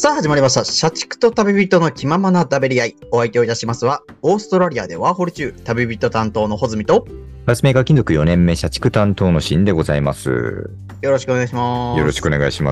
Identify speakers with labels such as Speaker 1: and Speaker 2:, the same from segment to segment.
Speaker 1: さあ始まりました。社畜と旅人の気ままな食べり合い。お相手をいたしますは、オーストラリアでワーホリ中、旅人担当の穂積と、
Speaker 2: ガラスメーカー金属4年目社畜担当のシンでございます。
Speaker 1: よろしくお願いします。
Speaker 2: よろしくお願いします。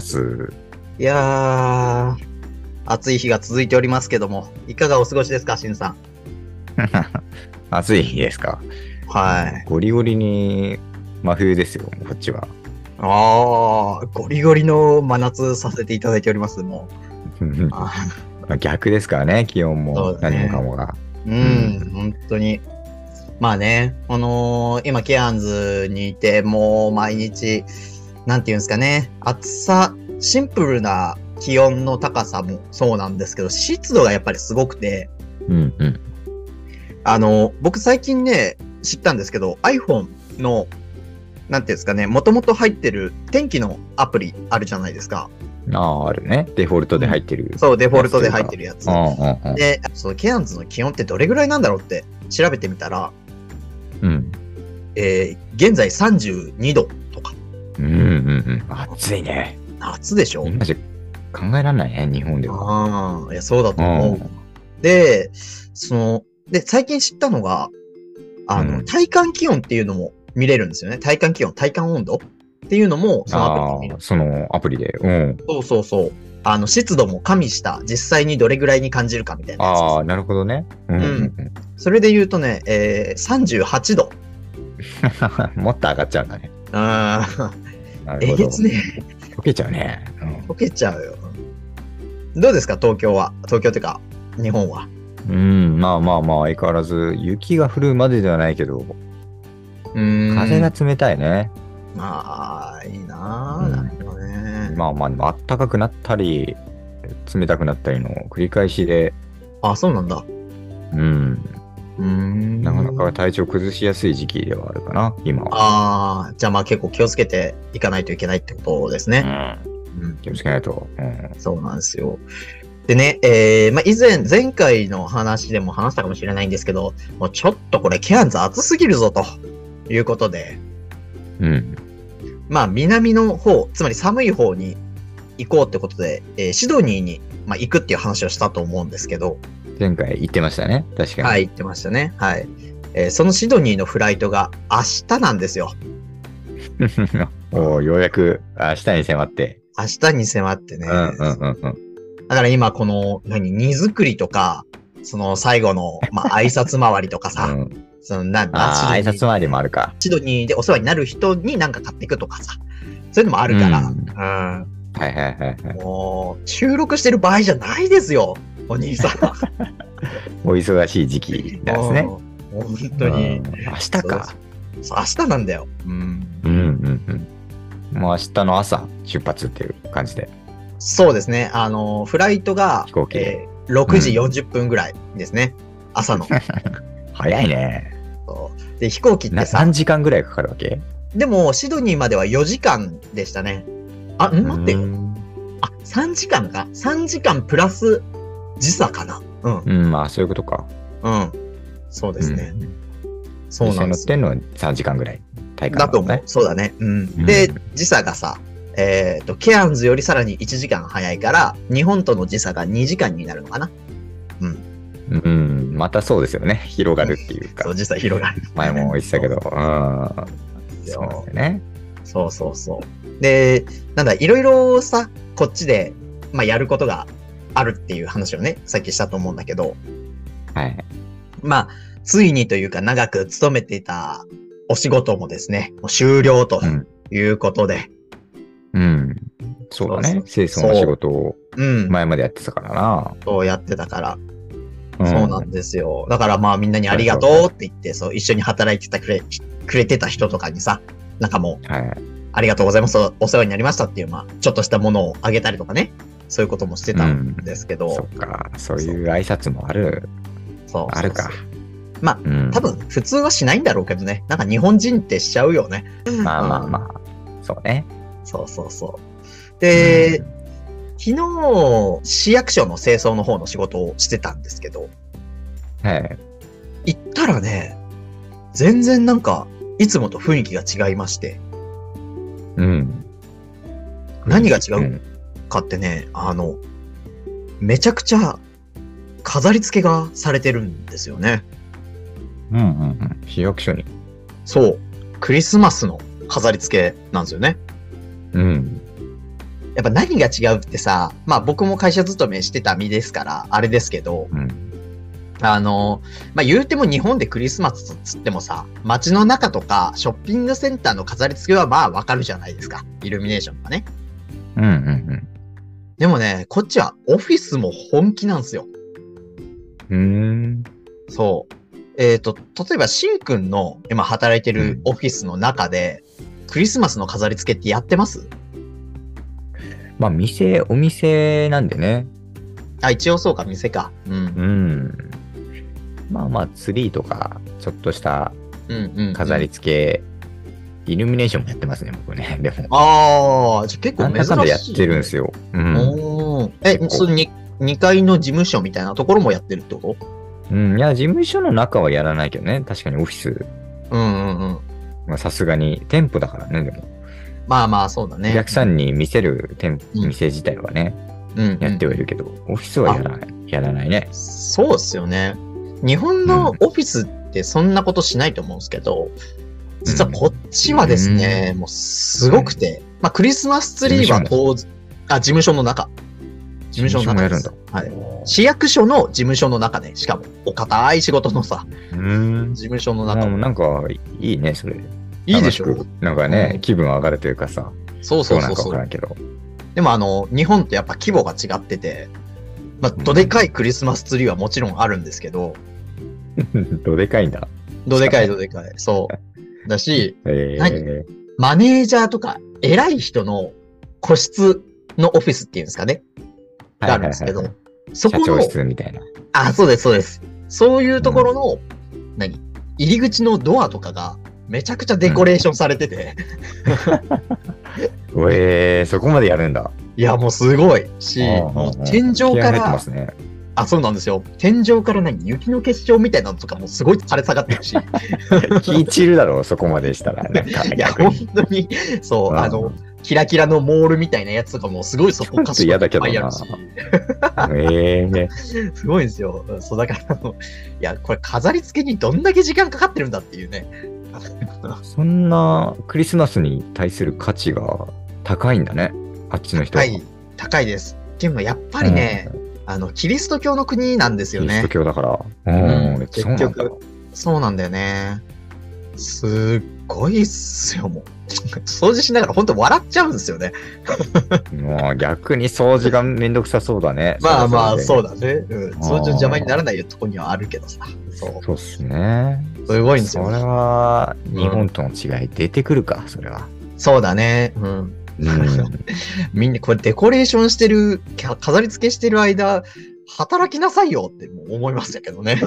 Speaker 1: いやー、暑い日が続いておりますけども、いかがお過ごしですか、シンさん。
Speaker 2: 暑い日ですか。
Speaker 1: はい。
Speaker 2: ゴリゴリに真冬ですよ、こっちは。
Speaker 1: ゴリゴリの真夏させていただいております、もう。
Speaker 2: 逆ですからね、気温も
Speaker 1: そうだね
Speaker 2: 何もかもが。
Speaker 1: 本当に。まあね、今、ケアンズにいて、もう毎日、なんていうんですかね、暑さ、シンプルな気温の高さもそうなんですけど、湿度がやっぱりすごくて、僕最近ね、知ったんですけど、iPhone の、なんていうんですかね、もともと入ってる天気のアプリあるじゃないですか。
Speaker 2: あるね。デフォルトで入ってる。
Speaker 1: そう、デフォルトで入ってるやつ。
Speaker 2: で、
Speaker 1: で、そのケアンズの気温ってどれぐらいなんだろうって調べてみたら、現在32度とか。
Speaker 2: 暑いね。
Speaker 1: 夏でしょ？
Speaker 2: マジ考えられないね、日本では。
Speaker 1: いや、そうだと思う。で、最近知ったのが、体感気温っていうのも見れるんですよね。体感気温、体感温度っていうのも、そのアプリで見る。
Speaker 2: そのアプリで。
Speaker 1: そう。湿度も加味した、実際にどれぐらいに感じるかみたいなやつ。
Speaker 2: なるほどね。
Speaker 1: それで言うとね、38度。
Speaker 2: もっと上がっちゃうんだね。
Speaker 1: えげつね。
Speaker 2: 溶けちゃうね。
Speaker 1: 溶けちゃうよ。どうですか、東京は。東京ってか、日本は。
Speaker 2: まあ、相変わらず、雪が降るまでではないけど、風が冷たいね。
Speaker 1: いいなぁ。なるほどね。
Speaker 2: 暖かくなったり、冷たくなったりの繰り返しで。
Speaker 1: そうなんだ。
Speaker 2: なかなか体調崩しやすい時期ではあるかな、今は。
Speaker 1: じゃあ結構気をつけていかないといけないってことですね。
Speaker 2: 気をつけないと。
Speaker 1: そうなんですよ。でね、前回の話でも話したかもしれないんですけど、もうちょっとこれケアンズ暑すぎるぞということで、南の方、つまり寒い方に行こうってことで、シドニーに、行くっていう話をしたと思うんですけど。
Speaker 2: 前回言ってましたね。確かに。
Speaker 1: はい、言ってましたね。はい。そのシドニーのフライトが明日なんですよ。
Speaker 2: ようやく明日に迫って。
Speaker 1: 明日に迫ってね。だから今この、荷造りとか、その最後の、挨拶回りとかさ、
Speaker 2: 挨拶回りもあるか。
Speaker 1: シドニーでお世話になる人になんか買っていくとかさ、そういうのもあるから、もう、収録してる場合じゃないですよ、お兄さん。
Speaker 2: お忙しい時期なんですね。
Speaker 1: 本当に。
Speaker 2: 明日か。
Speaker 1: 明日なんだよ。
Speaker 2: もう明日の朝出発っていう感じで。
Speaker 1: そうですね。フライトが、
Speaker 2: 飛行機
Speaker 1: 6時40分ぐらいですね。朝の。
Speaker 2: 早いね。
Speaker 1: で、飛行機ってさ。
Speaker 2: 何時間ぐらいかかるわけ？
Speaker 1: でも、シドニーまでは4時間でしたね。待ってよ。3時間か。3時間プラス時差かな。
Speaker 2: そういうことか。
Speaker 1: そうですね。そうなんです。
Speaker 2: 乗ってんのは3時間ぐらい。体感
Speaker 1: だと思う。そうだね。で、時差がさ、ケアンズよりさらに1時間早いから、日本との時差が2時間になるのかな。
Speaker 2: またそうですよね。広がるっていうか。
Speaker 1: そう、時差広がる。
Speaker 2: 前も言ってたけど。そうですよね。
Speaker 1: そう。で、いろいろさ、こっちで、やることがあるっていう話をね、さっきしたと思うんだけど。
Speaker 2: はい。
Speaker 1: ついにというか長く勤めていたお仕事もですね、もう終了ということで。
Speaker 2: そうだね。清掃の仕事を前までやってたからな。
Speaker 1: そうやってたから。そうなんですよ。だからみんなにありがとうって言って、一緒に働いてくれてた人とかにさ、もう、ありがとうございます。お世話になりましたっていう、ちょっとしたものをあげたりとかね。そういうこともしてたんですけど。
Speaker 2: そっか。そういう挨拶もある。あるか。
Speaker 1: 多分普通はしないんだろうけどね。日本人ってしちゃうよね。
Speaker 2: そうね。
Speaker 1: そう。で、昨日、市役所の清掃の方の仕事をしてたんですけど。行ったらね、全然いつもと雰囲気が違いまして。何が違うかってね、 めちゃくちゃ飾り付けがされてるんですよね。
Speaker 2: うんうんうん。市役所に。
Speaker 1: そう。クリスマスの飾り付けなんですよね。
Speaker 2: うん。
Speaker 1: やっぱ何が違うってさ、まあ僕も会社勤めしてた身ですから、あれですけど、
Speaker 2: うん、
Speaker 1: まあ言うても日本でクリスマスつってもさ、街の中とかショッピングセンターの飾り付けはまあわかるじゃないですか。イルミネーションがね。
Speaker 2: うんうんうん。
Speaker 1: でもね、こっちはオフィスも本気なんですよ。そう。例えば、しんくんの今働いてるオフィスの中で、クリスマスの飾り付けってやってます？
Speaker 2: まあ、お店なんでね。
Speaker 1: あ、一応そうか、店か。うん。
Speaker 2: まあまあ、ツリーとか、ちょっとした飾り付け、イルミネーションもやってますね、僕ね。でも。
Speaker 1: ああ、じゃあ結構珍しい。
Speaker 2: なんだかんだやってるんですよ。
Speaker 1: その2階の事務所みたいなところもやってるってこと？
Speaker 2: いや、事務所の中はやらないけどね。確かにオフィス。まあ、さすがに、店舗だからね、でも。
Speaker 1: まあまあ、そうだね。
Speaker 2: お客さんに見せる店自体はね、やってはいるけど、オフィスはやらないね。
Speaker 1: そうですよね。日本のオフィスってそんなことしないと思うんですけど、実はこっちはですね、もうすごくて、まあクリスマスツリーは事務所の中。事務所の中です。はい。市役所の事務所の中で、しかも、お堅い仕事のさ、事務所の中。
Speaker 2: なんか、いいね、それ。
Speaker 1: いいでしょ？
Speaker 2: なんかね、気分上がるというかさ。
Speaker 1: そうなんかわからんけど。でも日本ってやっぱ規模が違ってて、まあ、どでかいクリスマスツリーはもちろんあるんですけど。
Speaker 2: どでかいんだ。
Speaker 1: どでかい。そう。だし、マネージャーとか偉い人の個室のオフィスっていうんですかね。があるんですけど、そこの。
Speaker 2: 社長室みたいな。
Speaker 1: あ、そうです。そういうところの、入り口のドアとかがめちゃくちゃデコレーションされてて。
Speaker 2: そこまでやるんだ。
Speaker 1: いや、もうすごいし、もう天井から、あ、そうなんですよ。天井から雪の結晶みたいなのとかもすごい垂れ下がってるし。
Speaker 2: 気散るだろう、そこまでしたら。
Speaker 1: いや、本当に、そう、キラキラのモールみたいなやつとかもすごいそこかしこいっぱいあるし。すごいんですよ。そう、だからいや、これ飾り付けにどんだけ時間かかってるんだっていうね。
Speaker 2: そんなクリスマスに対する価値が高いんだね。あっちの人は。
Speaker 1: 高いです。でもやっぱりね、キリスト教の国なんですよね。
Speaker 2: キリスト教だから。
Speaker 1: 結局、そうなんだよね。すっごいっすよ、もう。掃除しながら本当笑っちゃうんですよね。
Speaker 2: もう逆に掃除がめんどくさそうだね。
Speaker 1: まあまあ、そうだね。掃除の邪魔にならないとこにはあるけどさ。
Speaker 2: そうっすね。
Speaker 1: すごいんですよ。
Speaker 2: それは、日本との違い出てくるか、それは。
Speaker 1: そうだね。みんなこれデコレーションしてる、飾り付けしてる間、働きなさいよって思いましたけどね。
Speaker 2: ね、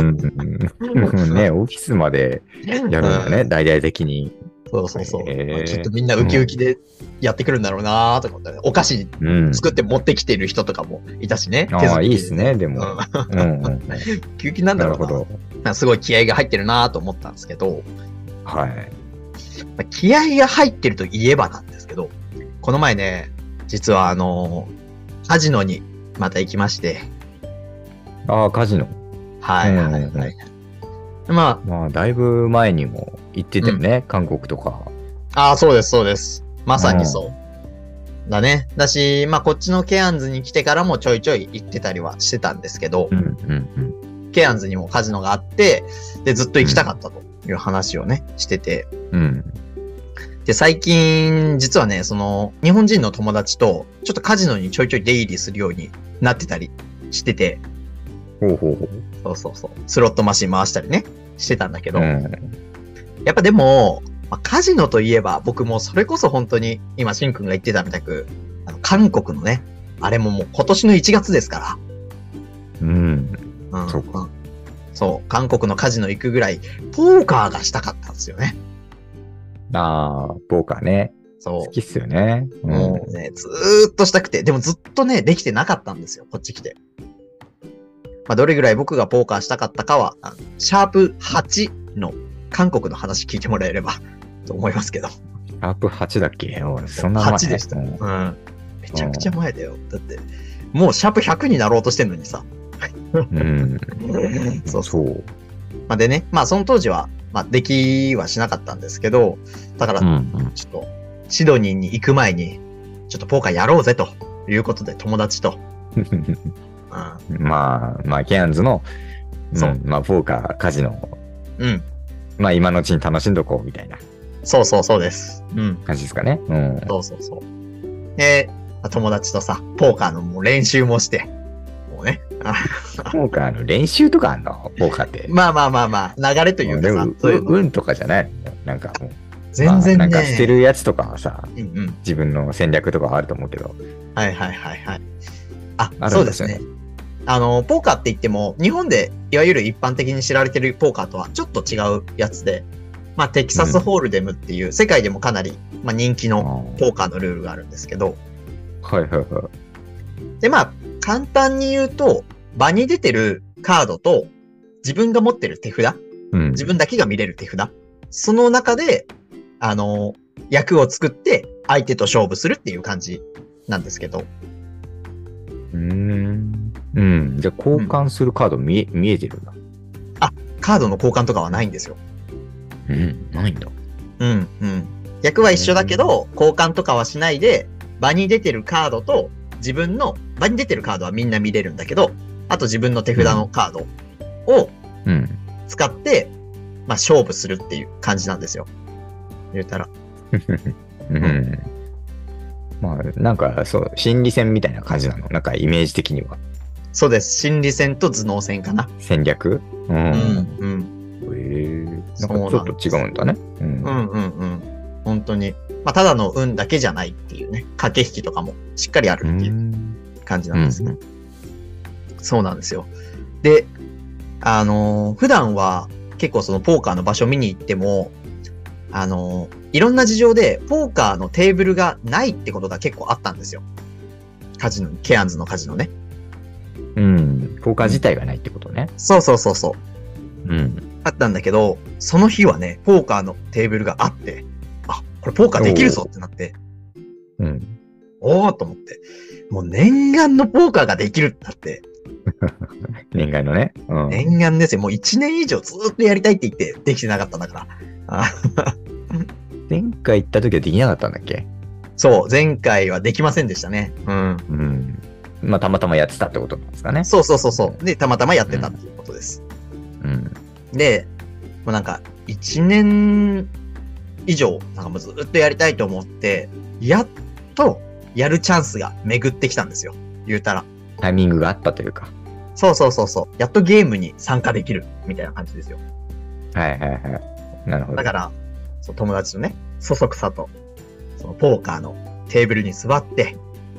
Speaker 2: オフィスまでやるんだね、大々的に。
Speaker 1: そう。きっとみんなウキウキでやってくるんだろうなと思って、お菓子作って持ってきてる人とかもいたしね。
Speaker 2: いいっすね、でも。
Speaker 1: ウキウキなんだろうな。すごい気合が入ってるなと思ったんですけど。
Speaker 2: はい。
Speaker 1: 気合が入ってるといえばなんですけど、この前ね、実はカジノにまた行きまして。
Speaker 2: カジノ。
Speaker 1: はい。
Speaker 2: まあ、だいぶ前にも行ってたよね、韓国とか。
Speaker 1: そうです。まさにそう。だね。だし、まあ、こっちのケアンズに来てからもちょいちょい行ってたりはしてたんですけど、ケアンズにもカジノがあって、で、ずっと行きたかったという話をね、してて。で、最近、実はね、日本人の友達と、ちょっとカジノにちょいちょい出入りするようになってたりしてて、そう。スロットマシン回したりね、してたんだけど、やっぱでも、カジノといえば、僕もそれこそ本当に、今、しんくんが言ってたみたく、韓国のね、あれももう今年の1月ですから。そう、韓国のカジノ行くぐらい、ポーカーがしたかったんですよね。
Speaker 2: ポーカーね。そう。好きっすよね。
Speaker 1: もうね、ずーっとしたくて、でもずっとね、できてなかったんですよ、こっち来て。どれぐらい僕がポーカーしたかったかは、シャープ8の韓国の話聞いてもらえればと思いますけど。
Speaker 2: シャープ8だっけ？そんな前
Speaker 1: 8でした。めちゃくちゃ前だよ。だって、 もうシャープ100になろうとしてんのにさ。
Speaker 2: うん。
Speaker 1: そうそう。まあ、でね、まあその当時は、まあできはしなかったんですけど、だから、ちょっと、シドニーに行く前に、ちょっとポーカーやろうぜということで友達と。
Speaker 2: まあ、ケアンズの、そう。まあ、ポーカー、カジノ。
Speaker 1: うん。
Speaker 2: まあ、今のうちに楽しんどこうみたいな。
Speaker 1: そうです。
Speaker 2: うん。感じですかね。うん。
Speaker 1: そう。で、友達とさ、ポーカーのもう練習もして、もうね。
Speaker 2: ポーカーの練習とかあんのポーカーって。
Speaker 1: まあ、流れというかさ。
Speaker 2: 運とかじゃないのなんかもう。
Speaker 1: 全然ね。
Speaker 2: なんかしてるやつとかはさ、自分の戦略とかはあると思うけど。
Speaker 1: はい。そうですね。ポーカーって言っても、日本でいわゆる一般的に知られてるポーカーとはちょっと違うやつで、まあ、テキサスホールデムっていう世界でもかなり、まあ、人気のポーカーのルールがあるんですけど。
Speaker 2: はい。
Speaker 1: で、まあ、簡単に言うと、場に出てるカードと自分が持ってる手札、自分だけが見れる手札、その中で、役を作って相手と勝負するっていう感じなんですけど。
Speaker 2: じゃあ交換するカード見えてるんだ。
Speaker 1: カードの交換とかはないんですよ。
Speaker 2: ないんだ。
Speaker 1: 役は一緒だけど、交換とかはしないで、場に出てるカードと自分の、場に出てるカードはみんな見れるんだけど、あと自分の手札のカードを使って、まあ勝負するっていう感じなんですよ。言うたら。
Speaker 2: まあ、なんか、そう、心理戦みたいな感じなのなんか、イメージ的には。
Speaker 1: そうです。心理戦と頭脳戦かな。
Speaker 2: 戦略なんかちょっと違うんだね。
Speaker 1: 本当に。まあ、ただの運だけじゃないっていうね。駆け引きとかもしっかりあるっていう感じなんですね。そうなんですよ。で、普段は結構そのポーカーの場所見に行っても、いろんな事情で、ポーカーのテーブルがないってことが結構あったんですよ。カジノ、ケアンズのカジノね。
Speaker 2: ポーカー自体がないってことね。
Speaker 1: そう。あったんだけど、その日はね、ポーカーのテーブルがあって、これポーカーできるぞってなって、おーと思って、もう念願のポーカーができるってなって、
Speaker 2: 念願のね。
Speaker 1: 念願ですよ。もう1年以上ずっとやりたいって言ってできてなかったんだから。
Speaker 2: 前回行った時はできなかったんだっけ？
Speaker 1: そう、前回はできませんでしたね。
Speaker 2: まあ、たまたまやってたってことなんですかね。
Speaker 1: そう。で、たまたまやってたっていうことです。で、もうなんか、1年以上、なんかもうずっとやりたいと思って、やっとやるチャンスが巡ってきたんですよ。言うたら。
Speaker 2: タイミングがあったというか。
Speaker 1: そう。やっとゲームに参加できる、みたいな感じですよ。
Speaker 2: はい。なるほど。
Speaker 1: だから、友達とね、そそくさと、そのポーカーのテーブルに座って、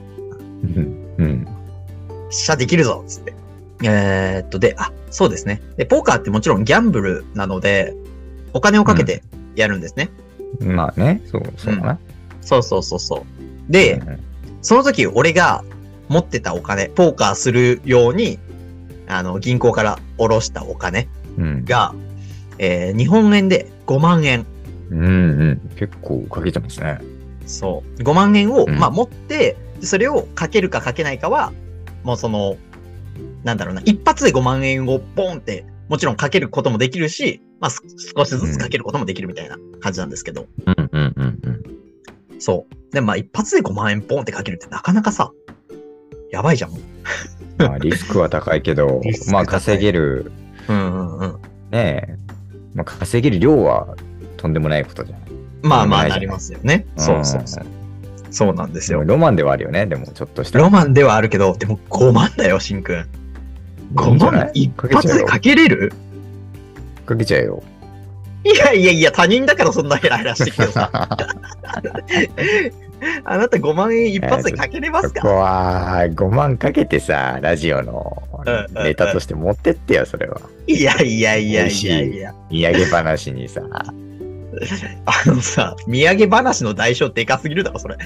Speaker 1: 飛車できるぞつって。で、そうですね。で、ポーカーってもちろんギャンブルなので、お金をかけてやるんですね。
Speaker 2: まあね、そうだな。
Speaker 1: そう。で、その時俺が持ってたお金、ポーカーするように、銀行から下ろしたお金が、日本円で5万円。
Speaker 2: 結構かけてますね。
Speaker 1: そう。5万円を、まあ持って、それをかけるかかけないかは、もうなんだろうな、一発で5万円をポンって、もちろんかけることもできるし、まあ少しずつかけることもできるみたいな感じなんですけど。そう。で、まあ一発で5万円ポンってかけるってなかなかさ、やばいじゃん、もう。
Speaker 2: まあリスクは高いけど、まあ稼げる。ねえ。まあ稼げる量はとんでもないことじゃない。
Speaker 1: まあなりますよね。そう。そうなんですよ。
Speaker 2: ロマンではあるよね、でもちょっとした。
Speaker 1: ロマンではあるけど、でも5万だよ、しんくん。5万一発でかけれる？
Speaker 2: かけちゃえよ。
Speaker 1: いや、他人だからそんなヘラヘラしてきてさ。あなた5万円一発でかけれますか？
Speaker 2: ここは5万かけてさ、ラジオのネタとして持ってってよ、それは。
Speaker 1: いや。
Speaker 2: 土産話にさ。
Speaker 1: さ、土産話の代償でかすぎるだろ、それ。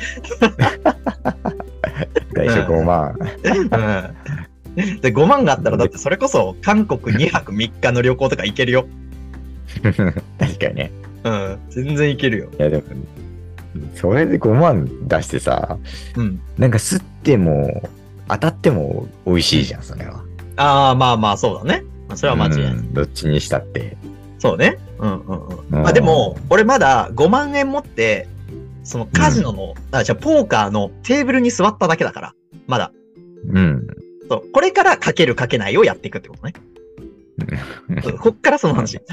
Speaker 2: 代償5万。
Speaker 1: で、5万があったら、だってそれこそ韓国2泊3日の旅行とか行けるよ。
Speaker 2: 確かにね。
Speaker 1: 全然行けるよ。
Speaker 2: いや、でも、それで5万出してさ、なんか吸っても当たっても美味しいじゃん、それは。
Speaker 1: ああ、まあまあ、そうだね。それは間違いない。
Speaker 2: どっちにしたって。
Speaker 1: そうね。まあでも、俺まだ5万円持って、そのカジノの、じゃあポーカーのテーブルに座っただけだから、まだ。そう、これからかけるかけないをやっていくってことね。こっからその話。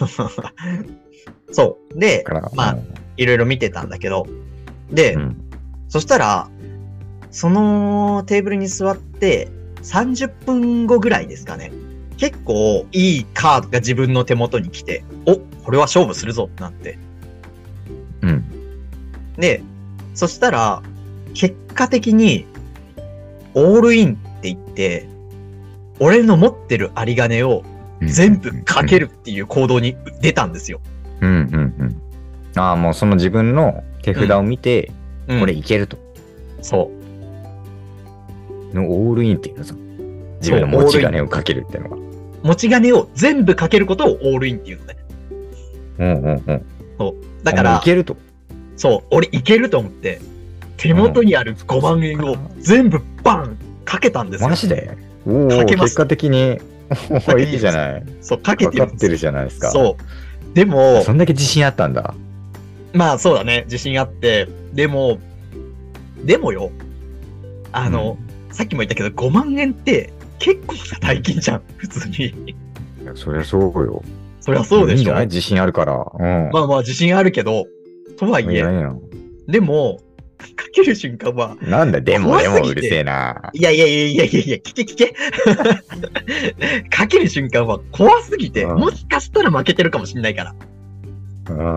Speaker 1: そう。で、まあ、いろいろ見てたんだけど、で、そしたら、そのテーブルに座って30分後ぐらいですかね。結構いいカードが自分の手元に来て、これは勝負するぞってなって。で、そしたら、結果的に、オールインって言って、俺の持ってる有り金を全部かけるっていう行動に出たんですよ。
Speaker 2: ああ、もうその自分の手札を見て、これいけると。
Speaker 1: そう。
Speaker 2: のオールインっていうのさ、自分の持ち金をかけるっていうのが。
Speaker 1: 持ち金を全部かけることをオールインっていうのね。そう。だから、
Speaker 2: いけると。
Speaker 1: そう、俺いけると思って、手元にある5万円を全部バンかけたんですよ。
Speaker 2: マジで？結果的に、いいじゃない。
Speaker 1: そう、かけてる。
Speaker 2: かかってるじゃないですか。
Speaker 1: そう。でも、
Speaker 2: そんだけ自信あったんだ。
Speaker 1: まあそうだね、自信あって、でもよ、さっきも言ったけど、5万円って結構な大金じゃん、普通に。い
Speaker 2: や、そりゃそうよ。
Speaker 1: そりゃそうでしょ。
Speaker 2: いいんじゃない？自信あるから。
Speaker 1: まあまあ、自信あるけど、とはいえ、でも、かける瞬間は。
Speaker 2: なんだ、でもうるせえな。
Speaker 1: いや、聞け。かける瞬間は怖すぎて、もしかしたら負けてるかもしれないから。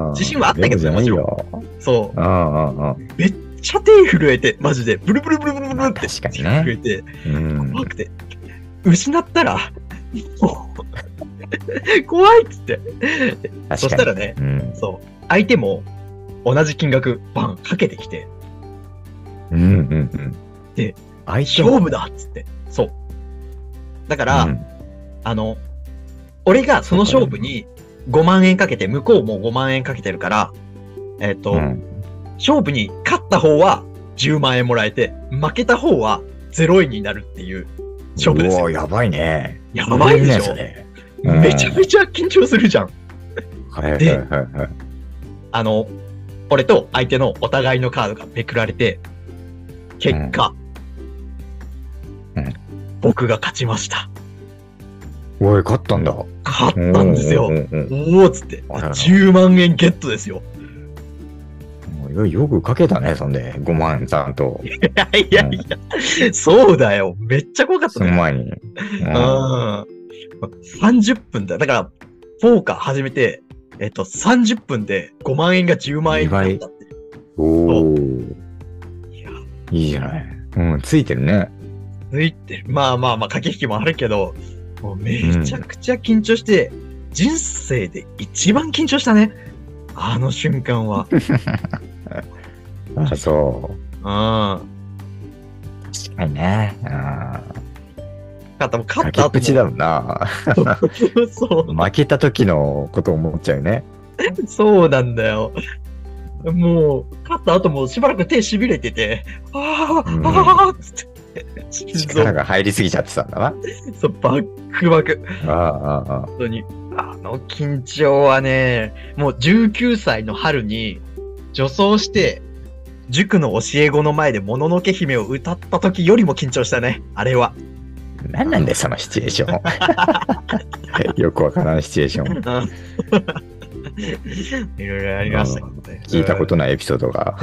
Speaker 1: 自信はあったけどね、もちろん。そう。めっちゃ手震えて、マジで、ブルブルブルブルブルって
Speaker 2: 確かにね。
Speaker 1: 震えて、怖くて。失ったら、怖いっつって。そしたらね、そう。相手も同じ金額、バンかけてきて、で、勝負だっつって。そう。だから、俺がその勝負に5万円かけて、向こうも5万円かけてるから、勝負に勝った方は10万円もらえて、負けた方は0円になるっていう勝負ですよ。
Speaker 2: やばいね。
Speaker 1: やばいでしょ。めちゃめちゃ緊張するじゃん。で、俺と相手のお互いのカードがめくられて、結果、僕が勝ちました。
Speaker 2: おい、勝ったんだ。
Speaker 1: 勝ったんですよ。おーっつって。10万円ゲットですよ。
Speaker 2: よくかけたね、そんで。5万ちゃんと。
Speaker 1: いや、そうだよ。めっちゃ怖かったね。
Speaker 2: その前に。
Speaker 1: 30分だ。だから、ポーカー始めて、30分で5万円が10万円になったって。
Speaker 2: おー。いいじゃない。ついてるね。
Speaker 1: ついてる。まあ、駆け引きもあるけど、もうめちゃくちゃ緊張して、人生で一番緊張したね。あの瞬間は。
Speaker 2: あ、そう。確かにね。
Speaker 1: 勝った
Speaker 2: 後。っぷちだもんな。
Speaker 1: そう。
Speaker 2: 負けた時のこと思っちゃうね。
Speaker 1: そうなんだよ。もう、勝った後もしばらく手痺れてて、っつって。
Speaker 2: 力が入りすぎちゃってたんだな。
Speaker 1: そう、バックバク。本当に。あの緊張はね、もう19歳の春に女装して、塾の教え子の前でもののけ姫を歌った時よりも緊張したね、あれは。
Speaker 2: 何なんだよ、そのシチュエーション。よくわからんシチュエーション。
Speaker 1: いろいろありましたけどね。
Speaker 2: 聞いたことないエピソードが。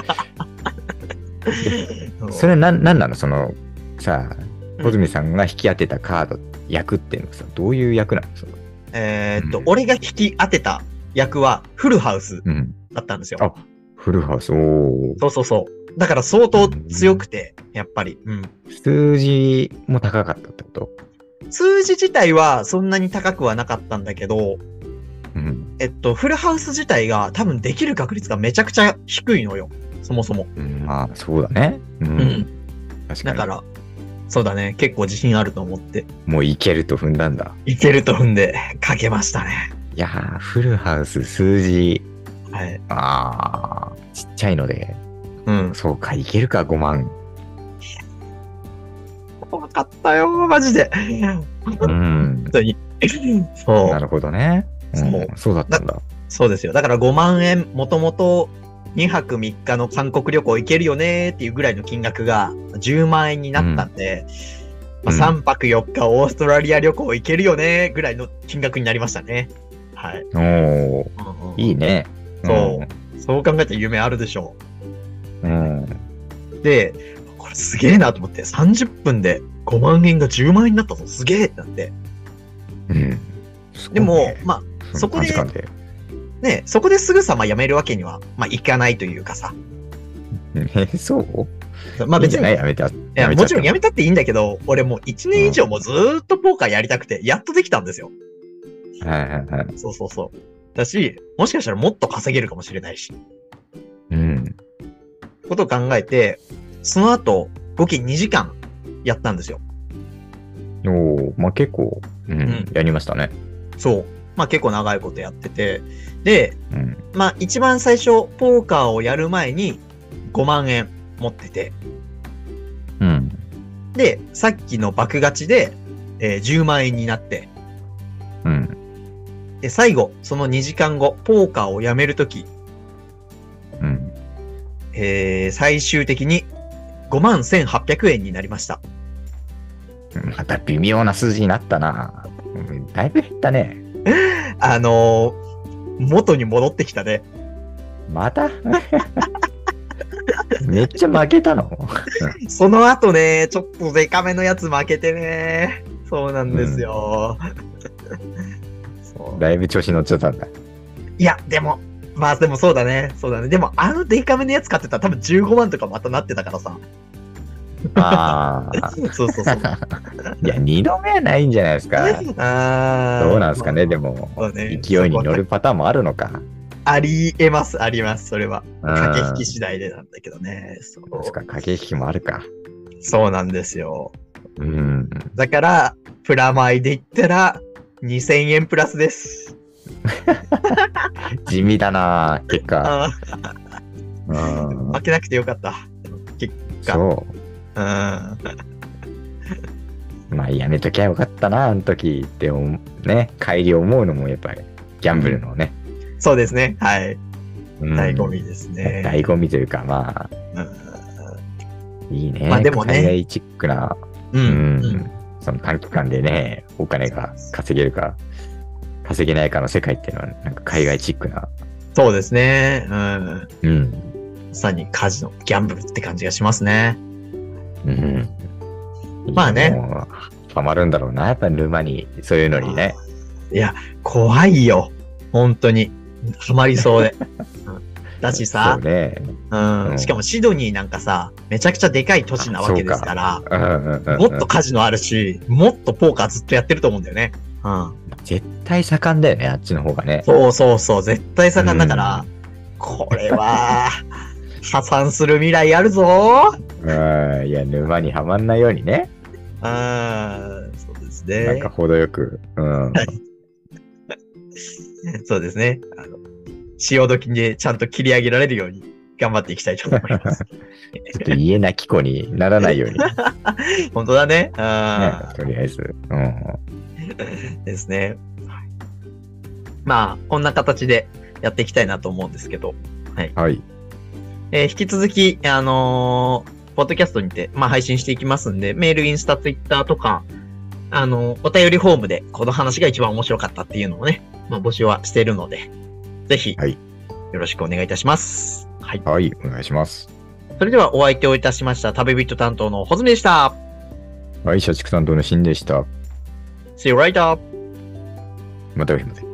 Speaker 2: それなんなのそのさ、小泉さんが引き当てたカード役っていうのはさ、どういう役なの？
Speaker 1: 俺が引き当てた役はフルハウスだったんですよ。
Speaker 2: あ、フルハウス。お
Speaker 1: ー。そう。だから相当強くて、やっぱり。
Speaker 2: 数字も高かったってこと？
Speaker 1: 数字自体はそんなに高くはなかったんだけど、フルハウス自体が多分できる確率がめちゃくちゃ低いのよ。そもそも。
Speaker 2: まあ、そうだね。確かに。
Speaker 1: だから、そうだね。結構自信あると思って。
Speaker 2: もういけると踏んだんだ。
Speaker 1: いけると踏んで、かけましたね。
Speaker 2: いやー、フルハウス数字。
Speaker 1: はい。
Speaker 2: ちっちゃいので。そうか、いけるか、5万。
Speaker 1: かったよ、マジで。本当に。そう。
Speaker 2: なるほどね。そうだったんだ。
Speaker 1: そうですよ。だから5万円、もともと2泊3日の韓国旅行行けるよねっていうぐらいの金額が10万円になったんで、3泊4日オーストラリア旅行行けるよねぐらいの金額になりましたね。はい。
Speaker 2: いいね。
Speaker 1: そう。そう考えたら夢あるでしょう。で、これすげえなと思って、30分で5万円が10万円になったぞ。すげえってなって。でも、まあ、そこで、ね、そこですぐさま辞めるわけには、まあ、いかないというかさ。
Speaker 2: そう
Speaker 1: まあ別に、
Speaker 2: やめた。
Speaker 1: いや、もちろん辞めたっていいんだけど、俺もう1年以上もずーっとポーカーやりたくて、やっとできたんですよ。そうそうそう。だし、もしかしたらもっと稼げるかもしれないし。ことを考えて、その後、合計2時間やったんですよ。
Speaker 2: まあ結構、やりましたね。
Speaker 1: そう。まあ結構長いことやってて。で、まあ一番最初、ポーカーをやる前に5万円持ってて。で、さっきの爆勝ちで、10万円になって。で、最後、その2時間後、ポーカーをやめるとき、最終的に51,800円になりました。
Speaker 2: また微妙な数字になったな。だいぶ減ったね。
Speaker 1: 元に戻ってきたね。
Speaker 2: まためっちゃ負けたの
Speaker 1: その後ね、ちょっとデカめのやつ負けてね。そうなんですよ。
Speaker 2: だいぶ調子乗っちゃったんだ。
Speaker 1: いや、でもそうだね。そうだね。でも、デカめのやつ買ってたら多分15万とかまたなってたからさ。そう。
Speaker 2: いや、2度目はないんじゃないですか。どうなんですかね、でも、勢いに乗るパターンもあるのか。
Speaker 1: あります、それは。駆け引き次第でなんだけどね。
Speaker 2: そうですか、駆け引きもあるか。
Speaker 1: そうなんですよ。だから、プラマイで言ったら、2000円プラスです。
Speaker 2: 地味だな、結果。
Speaker 1: 負けなくてよかった。結果。
Speaker 2: そう。まあ、やめときゃよかったな、あの時ってね、帰り思うのもやっぱり、ギャンブルのね。
Speaker 1: そうですね、はい。醍醐味ですね。
Speaker 2: 醍醐味というか、まあ、いいね。
Speaker 1: まあでもね、
Speaker 2: 海外チックな、その短期間でね、お金が稼げるか、稼げないかの世界っていうのは、なんか海外チックな。
Speaker 1: そうですね。まさにカジノ、ギャンブルって感じがしますね。まあね。
Speaker 2: ハマるんだろうな、やっぱり沼に、そういうのにね。
Speaker 1: いや、怖いよ。本当に。ハマりそうで。だしさ、しかもシドニーなんかさ、めちゃくちゃでかい都市なわけですから、もっとカジノあるし、もっとポーカーずっとやってると思うんだよね。
Speaker 2: 絶対盛んだよね、あっちの方がね。
Speaker 1: そう、絶対盛んだから、これは、破産する未来あるぞ
Speaker 2: ー。いや、沼にはまんないようにね。
Speaker 1: そうですね。
Speaker 2: なんか程よく。
Speaker 1: そうですね。潮時でちゃんと切り上げられるように頑張っていきたいと思います。ちょ
Speaker 2: っと家なき子にならないように。
Speaker 1: 本当だね。
Speaker 2: とりあえず。
Speaker 1: ですね。まあ、こんな形でやっていきたいなと思うんですけど。はい。引き続き、ポッドキャストにて、まあ、配信していきますんで、メール、インスタ、ツイッターとか、お便りフォームで、この話が一番面白かったっていうのをね、まあ、募集はしているので、ぜひ、よろしくお願いいたします。
Speaker 2: はい、お願いします。
Speaker 1: それではお相手をいたしました、旅人担当のホズミでした。
Speaker 2: はい、社畜担当のシンでした。
Speaker 1: See you later!
Speaker 2: またお会いしましょう。